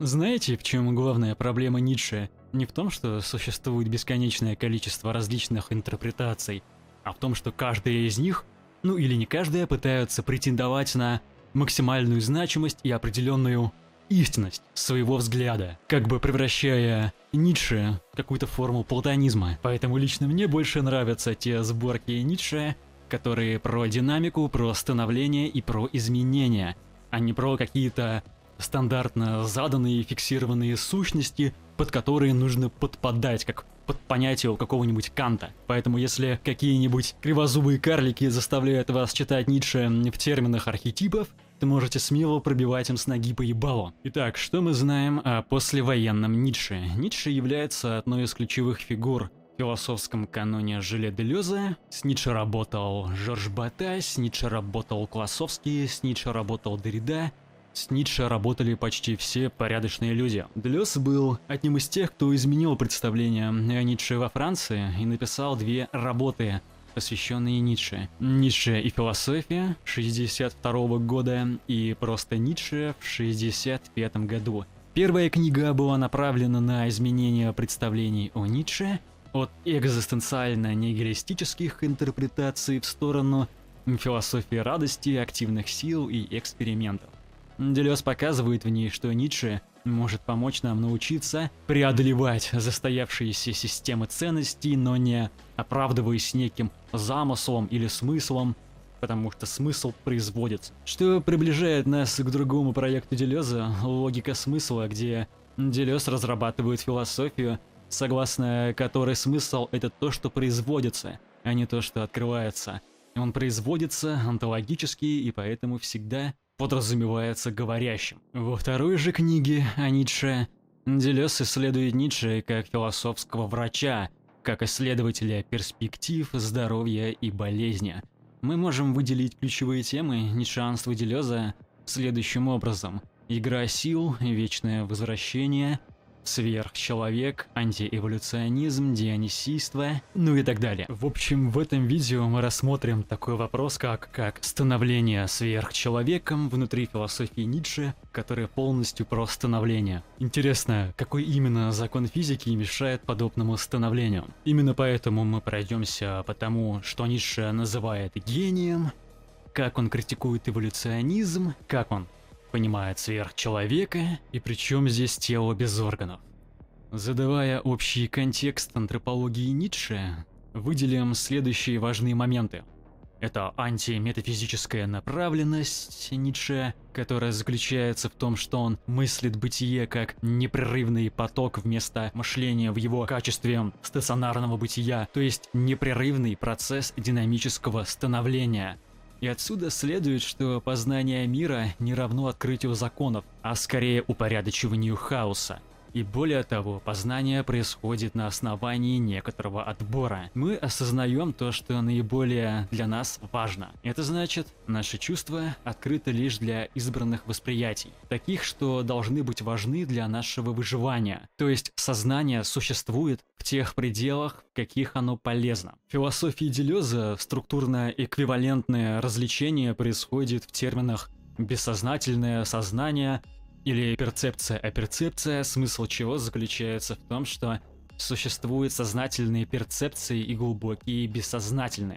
Знаете, в чем главная проблема Ницше? Не в том, что существует бесконечное количество различных интерпретаций, а в том, что каждая из них, ну или не каждая, пытаются претендовать на максимальную значимость и определенную истинность своего взгляда, как бы превращая Ницше в какую-то форму платонизма. Поэтому лично мне больше нравятся те сборки Ницше, которые про динамику, про становление и про изменения, а не про какие-то стандартно заданные фиксированные сущности, под которые нужно подпадать, как под понятие у какого-нибудь Канта. Поэтому если какие-нибудь кривозубые карлики заставляют вас читать Ницше в терминах архетипов, то можете смело пробивать им с ноги по ебалу. Итак, что мы знаем о послевоенном Ницше? Ницше является одной из ключевых фигур в философском каноне Жиле Делеза. С Ницше работал Жорж Батай, с Ницше работал Классовский, с Ницше работал Деррида. С Ницше работали почти все порядочные люди. Делез был одним из тех, кто изменил представление о Ницше во Франции и написал две работы, посвященные Ницше. «Ницше и философия» 1962 года и «Просто Ницше» в 1965 году. Первая книга была направлена на изменение представлений о Ницше от экзистенциально-нигилистических интерпретаций в сторону философии радости, активных сил и экспериментов. Делез показывает в ней, что Ницше может помочь нам научиться преодолевать застоявшиеся системы ценностей, но не оправдываясь неким замыслом или смыслом, потому что смысл производится. Что приближает нас к другому проекту Делеза — логика смысла, где Делез разрабатывает философию, согласно которой смысл — это то, что производится, а не то, что открывается. Он производится онтологически и поэтому всегда подразумевается говорящим. Во второй же книге о Ницше Делез исследует Ницше как философского врача, как исследователя перспектив, здоровья и болезни. Мы можем выделить ключевые темы ницшеанства Делеза следующим образом: игра сил, вечное возвращение, сверхчеловек, антиэволюционизм, дионисийство, ну и так далее. В общем, в этом видео мы рассмотрим такой вопрос, как становление сверхчеловеком внутри философии Ницше, которая полностью про становление. Интересно, какой именно закон физики мешает подобному становлению? Именно поэтому мы пройдемся по тому, что Ницше называет гением, как он критикует эволюционизм, как он понимает сверхчеловека и причем здесь тело без органов. Задавая общий контекст антропологии Ницше, выделим следующие важные моменты. Это антиметафизическая направленность Ницше, которая заключается в том, что он мыслит бытие как непрерывный поток вместо мышления в его качестве стационарного бытия, то есть непрерывный процесс динамического становления. И отсюда следует, что познание мира не равно открытию законов, а скорее упорядочиванию хаоса. И более того, познание происходит на основании некоторого отбора. Мы осознаем то, что наиболее для нас важно. Это значит, наши чувства открыты лишь для избранных восприятий, таких, что должны быть важны для нашего выживания. То есть сознание существует в тех пределах, в каких оно полезно. В философии Делеза структурно-эквивалентное развлечение происходит в терминах «бессознательное сознание» или перцепция, смысл чего заключается в том, что существуют сознательные перцепции и глубокие бессознательные.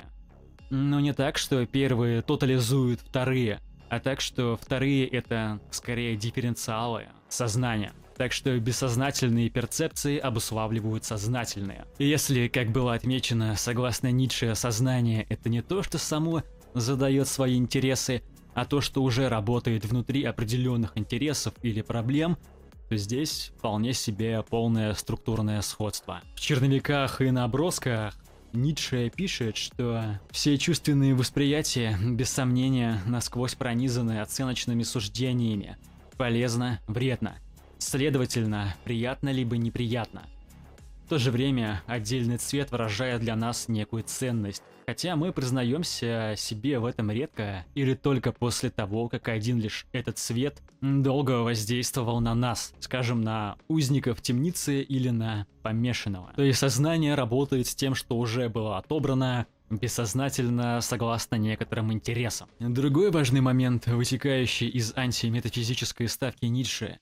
Но не так, что первые тотализуют вторые, а так, что вторые — это скорее дифференциалы сознания. Так что бессознательные перцепции обуславливают сознательные. И если, как было отмечено, согласно Ницше, сознание — это не то, что само задает свои интересы, а то, что уже работает внутри определенных интересов или проблем, то здесь вполне себе полное структурное сходство. В черновиках и набросках Ницше пишет, что все чувственные восприятия, без сомнения, насквозь пронизаны оценочными суждениями. Полезно, вредно. Следовательно, приятно либо неприятно. В то же время отдельный цвет выражает для нас некую ценность, хотя мы признаемся себе в этом редко или только после того, как один лишь этот цвет долго воздействовал на нас, скажем, на узника в темнице или на помешанного. То есть сознание работает с тем, что уже было отобрано бессознательно согласно некоторым интересам. Другой важный момент, вытекающий из антиметафизической ставки Ницше,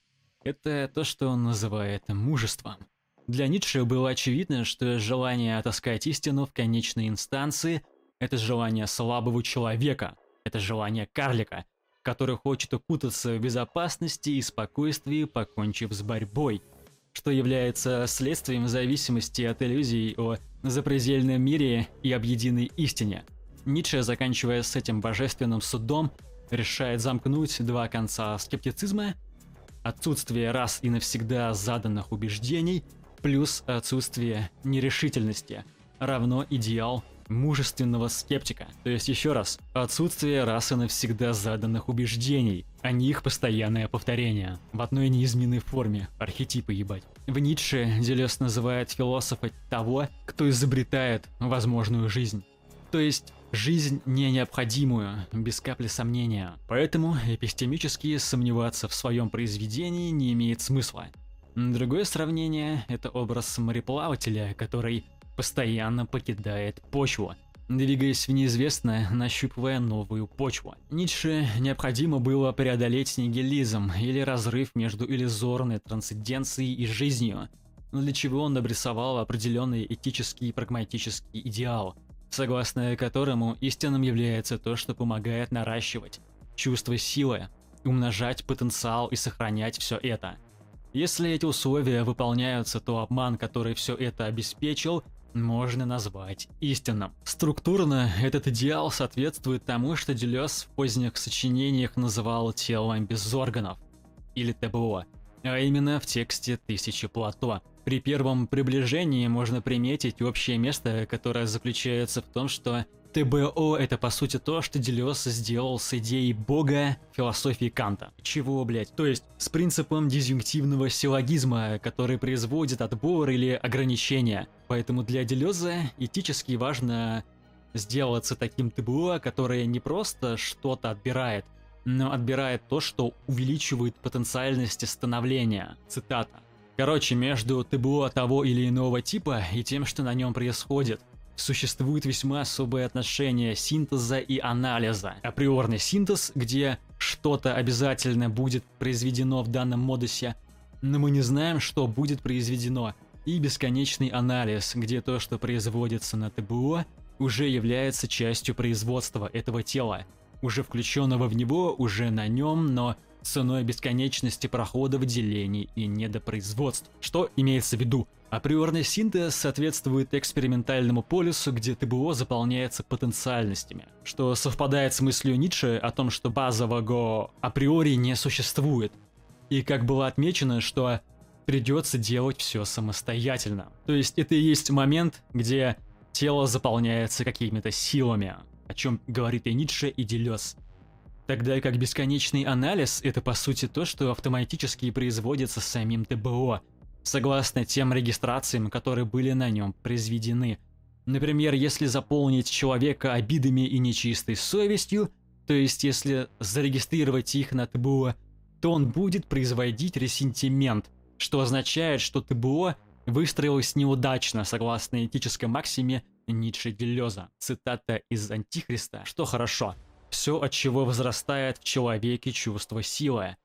Это то, что он называет мужеством. Для Ницше было очевидно, что желание отыскать истину в конечной инстанции – это желание слабого человека, это желание карлика, который хочет укутаться в безопасности и спокойствии, покончив с борьбой, что является следствием зависимости от иллюзий о запредельном мире и об единой истине. Ницше, заканчивая с этим божественным судом, решает замкнуть два конца скептицизма: отсутствие раз и навсегда заданных убеждений плюс отсутствие нерешительности равно идеал мужественного скептика. То есть еще раз, отсутствие раз и навсегда заданных убеждений, а не их постоянное повторение в одной неизменной форме, архетипы ебать. В Ницше Делез называет философа того, кто изобретает возможную жизнь. То есть жизнь не необходимую, без капли сомнения. Поэтому эпистемически сомневаться в своем произведении не имеет смысла. Другое сравнение – это образ мореплавателя, который постоянно покидает почву, двигаясь в неизвестное, нащупывая новую почву. Ницше необходимо было преодолеть нигилизм или разрыв между иллюзорной трансценденцией и жизнью, для чего он обрисовал определенный этический и прагматический идеал, согласно которому истинным является то, что помогает наращивать чувство силы, умножать потенциал и сохранять все это. Если эти условия выполняются, то обман, который все это обеспечил, можно назвать истинным. Структурно этот идеал соответствует тому, что Делез в поздних сочинениях называл телом без органов, или ТБО, а именно в тексте «Тысячи Плато». При первом приближении можно приметить общее место, которое заключается в том, что ТБО — это по сути то, что Делез сделал с идеей Бога философии Канта. Чего, блять? То есть с принципом дизъюнктивного силлогизма, который производит отбор или ограничение. Поэтому для Делеза этически важно сделаться таким ТБО, которое не просто что-то отбирает, но отбирает то, что увеличивает потенциальность становления. Цитата. Короче, между ТБО того или иного типа и тем, что на нем происходит, существует весьма особое отношение синтеза и анализа. Априорный синтез, где что-то обязательно будет произведено в данном модусе, но мы не знаем, что будет произведено, и бесконечный анализ, где то, что производится на ТБО, уже является частью производства этого тела, уже включенного в него, уже на нем, но ценой бесконечности проходов, делений и недопроизводств. Что имеется в виду? Априорный синтез соответствует экспериментальному полюсу, где ТБО заполняется потенциальностями, что совпадает с мыслью Ницше о том, что базового априори не существует. И как было отмечено, что придется делать все самостоятельно. То есть это и есть момент, где тело заполняется какими-то силами, о чем говорит и Ницше, и Делез. Тогда как бесконечный анализ — это по сути то, что автоматически производится самим ТБО, согласно тем регистрациям, которые были на нем произведены. Например, если заполнить человека обидами и нечистой совестью, то есть если зарегистрировать их на ТБО, то он будет производить ресентимент, что означает, что ТБО выстроилось неудачно, согласно этической максиме Ницше-Делеза. Цитата из «Антихриста», что хорошо. Все, от чего возрастает в человеке чувство силы.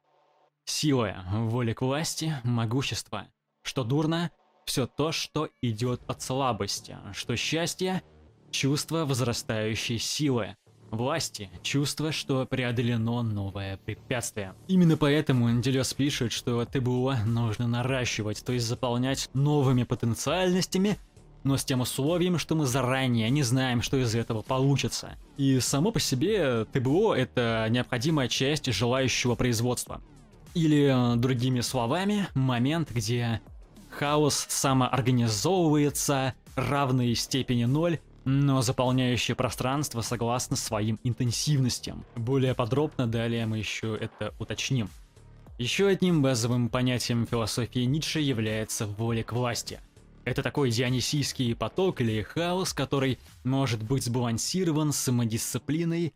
Сила, воля к власти, могущество. Что дурно, все то, что идет от слабости. Что счастье, чувство возрастающей силы. Власти, чувство, что преодолено новое препятствие. Именно поэтому Делез пишет, что ТБО нужно наращивать, то есть заполнять новыми потенциальностями, но с тем условием, что мы заранее не знаем, что из этого получится. И само по себе ТБО — это необходимая часть желающего производства. Или, другими словами, момент, где хаос самоорганизовывается равной степени 0, но заполняющее пространство согласно своим интенсивностям. Более подробно далее мы еще это уточним. Еще одним базовым понятием философии Ницше является воля к власти. Это такой дионисийский поток или хаос, который может быть сбалансирован самодисциплиной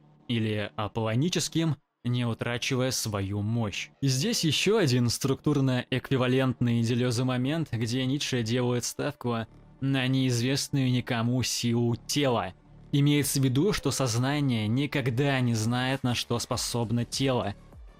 или аполлоническим, не утрачивая свою мощь. И здесь еще один структурно-эквивалентный Делезу момент, где Ницше делает ставку на неизвестную никому силу тела. Имеется в виду, что сознание никогда не знает, на что способно тело.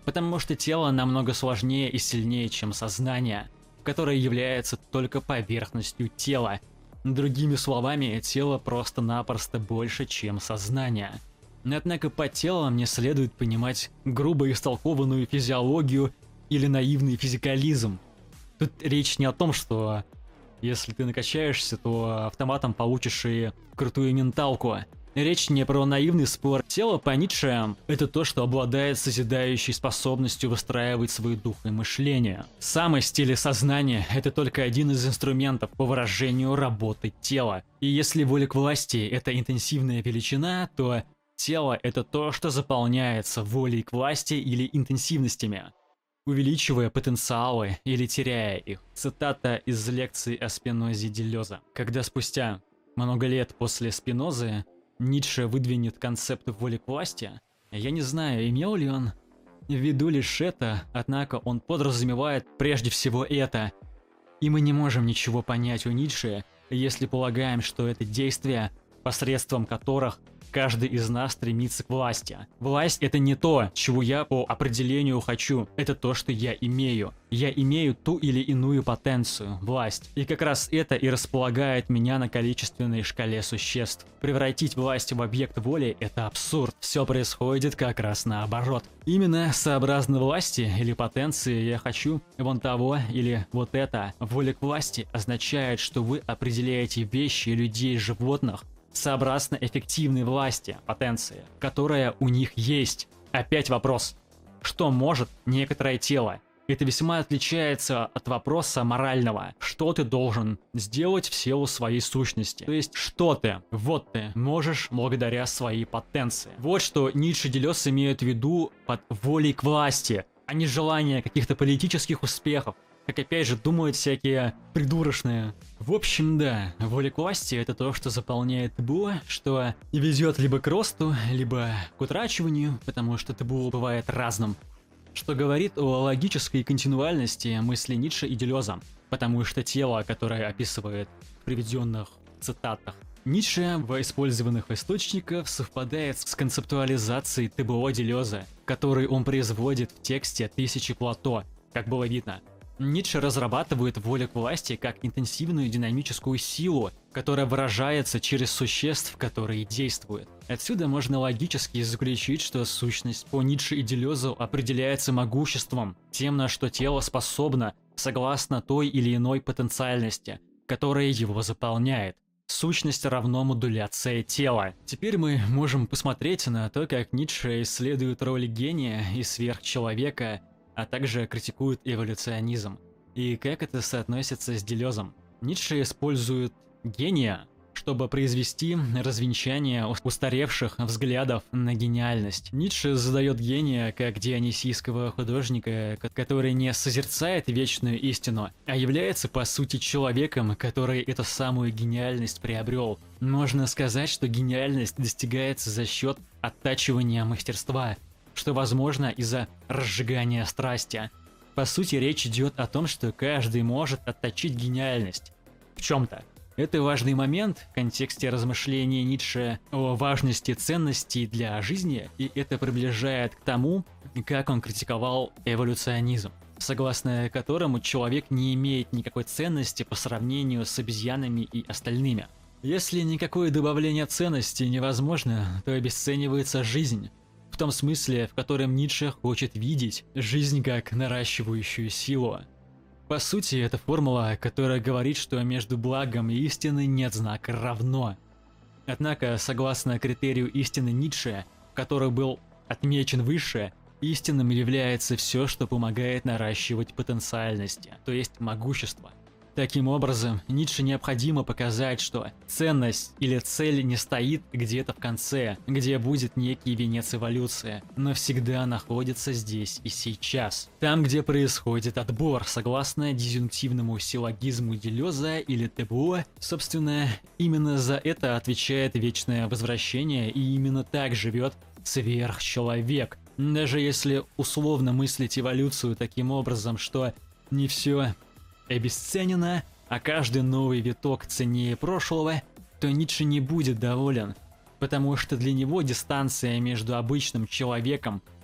Потому что тело намного сложнее и сильнее, чем сознание, которое является только поверхностью тела. Другими словами, тело просто-напросто больше, чем сознание. Однако под телом не следует понимать грубо истолкованную физиологию или наивный физикализм. Тут речь не о том, что если ты накачаешься, то автоматом получишь и крутую менталку. Речь не про наивный спор. Тело по Ницше — это то, что обладает созидающей способностью выстраивать свой дух и мышление. Самость или сознание — это только один из инструментов по выражению работы тела. И если воля к власти — это интенсивная величина, то тело — это то, что заполняется волей к власти или интенсивностями, увеличивая потенциалы или теряя их. Цитата из лекции о Спинозе Делеза. Когда спустя много лет после Спинозы Ницше выдвинет концепт воли к власти, я не знаю, имел ли он в виду лишь это, однако он подразумевает прежде всего это. И мы не можем ничего понять у Ницше, если полагаем, что это действия, посредством которых каждый из нас стремится к власти. Власть — это не то, чего я по определению хочу, это то, что я имею. Я имею ту или иную потенцию, власть. И как раз это и располагает меня на количественной шкале существ. Превратить власть в объект воли — это абсурд. Все происходит как раз наоборот. Именно сообразно власти или потенции я хочу вон того или вот это. Воля к власти означает, что вы определяете вещи, людей, животных сообразно эффективной власти, потенции, которая у них есть. Опять вопрос, что может некоторое тело? Это весьма отличается от вопроса морального. Что ты должен сделать в силу своей сущности? То есть, что ты, вот ты, можешь благодаря своей потенции. Вот что Ницше и Делез имеют в виду под волей к власти, а не желание каких-то политических успехов, как опять же думают всякие придурочные. В общем, да, воля к власти — это то, что заполняет табу, что ведет либо к росту, либо к утрачиванию, потому что табу бывает разным. Что говорит о логической континуальности мысли Ницше и Делеза, потому что тело, которое описывает в приведенных цитатах Ницше в использованных источниках, совпадает с концептуализацией ТБО Делеза, который он производит в тексте «Тысячи плато», как было видно. Ницше разрабатывает волю к власти как интенсивную динамическую силу, которая выражается через существ, которые действуют. Отсюда можно логически заключить, что сущность по Ницше и Делезу определяется могуществом, тем, на что тело способно, согласно той или иной потенциальности, которая его заполняет. Сущность равно модуляция тела. Теперь мы можем посмотреть на то, как Ницше исследует роль гения и сверхчеловека, а также критикует эволюционизм. И как это соотносится с Делезом. Ницше использует гения, чтобы произвести развенчание устаревших взглядов на гениальность. Ницше задает гения как дионисийского художника, который не созерцает вечную истину, а является по сути человеком, который эту самую гениальность приобрел. Можно сказать, что гениальность достигается за счет оттачивания мастерства, что возможно из-за разжигания страсти. По сути, речь идет о том, что каждый может отточить гениальность в чем-то. Это важный момент в контексте размышления Ницше о важности ценностей для жизни, и это приближает к тому, как он критиковал эволюционизм, согласно которому человек не имеет никакой ценности по сравнению с обезьянами и остальными. Если никакое добавление ценности невозможно, то обесценивается жизнь. В том смысле, в котором Ницше хочет видеть жизнь как наращивающую силу. По сути, это формула, которая говорит, что между благом и истиной нет знака равно. Однако, согласно критерию истины Ницше, который был отмечен выше, истинным является все, что помогает наращивать потенциальности, то есть могущество. Таким образом, Ницше необходимо показать, что ценность или цель не стоит где-то в конце, где будет некий венец эволюции, но всегда находится здесь и сейчас. Там, где происходит отбор, согласно дизъюнктивному силлогизму Делеза или ТБО, собственно, именно за это отвечает вечное возвращение, и именно так живет сверхчеловек. Даже если условно мыслить эволюцию таким образом, что не все обесценено, а каждый новый виток ценнее прошлого, то Ницше не будет доволен, потому что для него дистанция между обычным человеком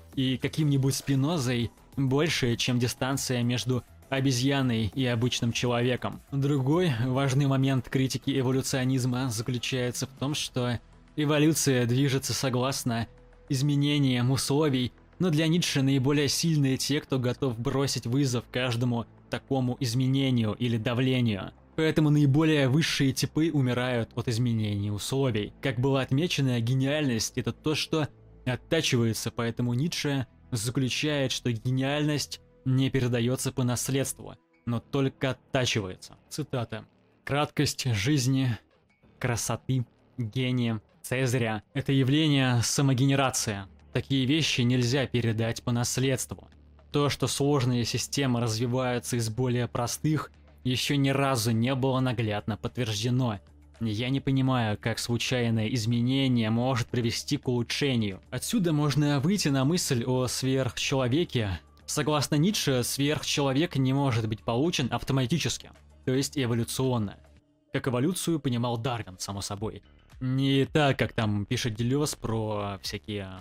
и каким-нибудь Спинозой больше, чем дистанция между обезьяной и обычным человеком. Другой важный момент критики эволюционизма заключается в том, что эволюция движется согласно изменениям условий, но для Ницше наиболее сильные те, кто готов бросить вызов каждому такому изменению или давлению. Поэтому наиболее высшие типы умирают от изменений условий. Как было отмечено, гениальность — это то, что оттачивается, поэтому Ницше заключает, что гениальность не передается по наследству, но только оттачивается. Цитата. «Краткость жизни, красоты, гения, Цезаря — это явление самогенерация. Такие вещи нельзя передать по наследству. То, что сложные системы развиваются из более простых, еще ни разу не было наглядно подтверждено. Я не понимаю, как случайное изменение может привести к улучшению. Отсюда можно выйти на мысль о сверхчеловеке. Согласно Ницше, сверхчеловек не может быть получен автоматически, то есть эволюционно. Как эволюцию понимал Дарвин, само собой. Не так, как там пишет Делез про всякие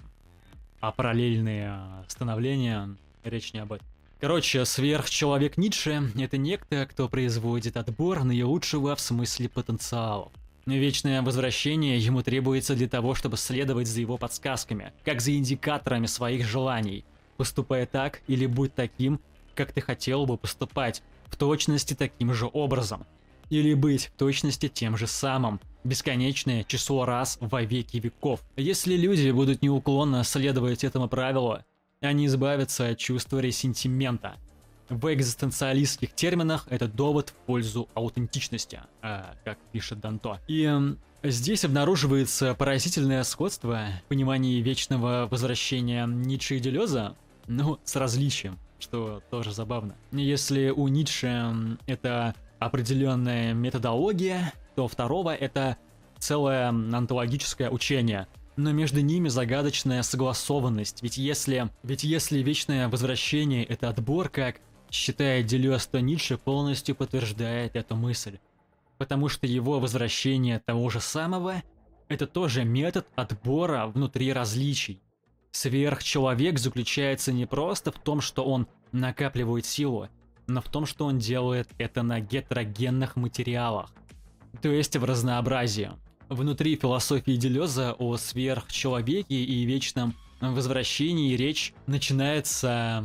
параллельные становления, речь не об этом. Короче, сверхчеловек Ницше — это некто, кто производит отбор наилучшего в смысле потенциалов. Вечное возвращение ему требуется для того, чтобы следовать за его подсказками, как за индикаторами своих желаний. Поступай так или будь таким, как ты хотел бы поступать, в точности таким же образом. Или быть в точности тем же самым, бесконечное число раз во веки веков. Если люди будут неуклонно следовать этому правилу, они избавятся от чувства ресентимента. В экзистенциалистских терминах это довод в пользу аутентичности, как пишет Данто. И здесь обнаруживается поразительное сходство в понимании вечного возвращения Ницше и Делеза, но с различием, что тоже забавно. Если у Ницше это определенная методология, то второго это целое онтологическое учение. Но между ними загадочная согласованность, ведь если вечное возвращение — это отбор, как считает Делез, то Ницше полностью подтверждает эту мысль. Потому что его возвращение того же самого — это тоже метод отбора внутри различий. Сверхчеловек заключается не просто в том, что он накапливает силу, но в том, что он делает это на гетерогенных материалах, то есть в разнообразии. Внутри философии Делеза о сверхчеловеке и вечном возвращении речь начинается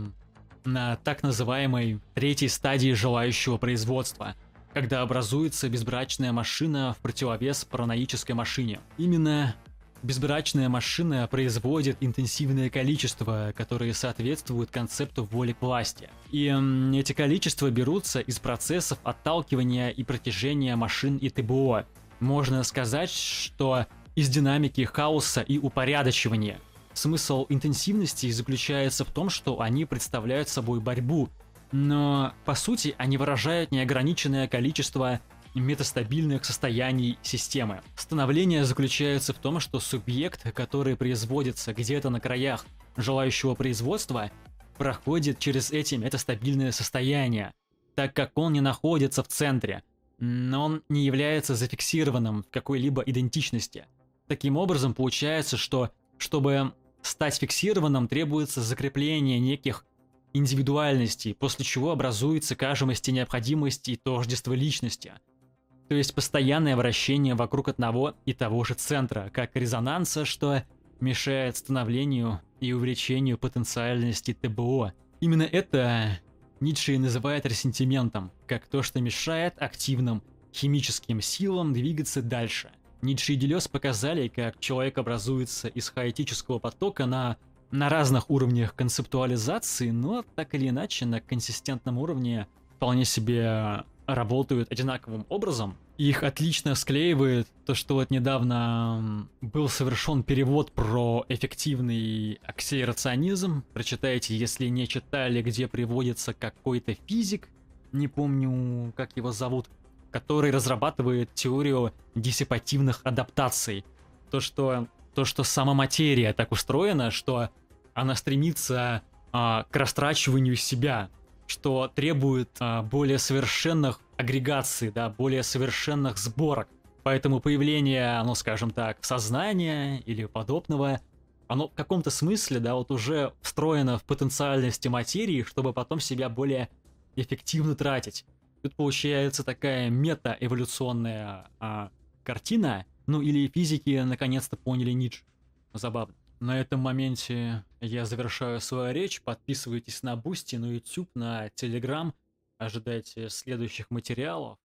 на так называемой третьей стадии желающего производства, когда образуется безбрачная машина в противовес параноической машине. Именно безбрачная машина производит интенсивное количество, которые соответствуют концепту воли к власти. И эти количества берутся из процессов отталкивания и протяжения машин и ТБО. Можно сказать, что из динамики хаоса и упорядочивания. Смысл интенсивности заключается в том, что они представляют собой борьбу, но по сути они выражают неограниченное количество метастабильных состояний системы. Становление заключается в том, что субъект, который производится где-то на краях желающего производства, проходит через эти метастабильные состояния, так как он не находится в центре, но он не является зафиксированным в какой-либо идентичности. Таким образом, получается, что чтобы стать фиксированным, требуется закрепление неких индивидуальностей, после чего образуется кажемость и необходимость и тождество личности. То есть постоянное вращение вокруг одного и того же центра, как резонанса, что мешает становлению и увеличению потенциальности ТБО. Именно это Ницше и называет ресентиментом, как то, что мешает активным химическим силам двигаться дальше. Ницше и Делез показали, как человек образуется из хаотического потока на разных уровнях концептуализации, но так или иначе на консистентном уровне вполне себе работают одинаковым образом. Их отлично склеивает то, что вот недавно был совершен перевод про эффективный акселерационизм. Прочитайте, если не читали, где приводится какой-то физик, не помню, как его зовут, который разрабатывает теорию диссипативных адаптаций. То, что сама материя так устроена, что она стремится к растрачиванию себя, что требует более совершенных агрегаций, да, более совершенных сборок. Поэтому появление, ну скажем так, сознания или подобного оно в каком-то смысле, да, вот уже встроено в потенциальности материи, чтобы потом себя более эффективно тратить. Тут получается такая мета-эволюционная картина, ну или физики наконец-то поняли Ницше. Забавно. На этом моменте я завершаю свою речь. Подписывайтесь на Бусти, на YouTube, на Telegram. Ожидайте следующих материалов.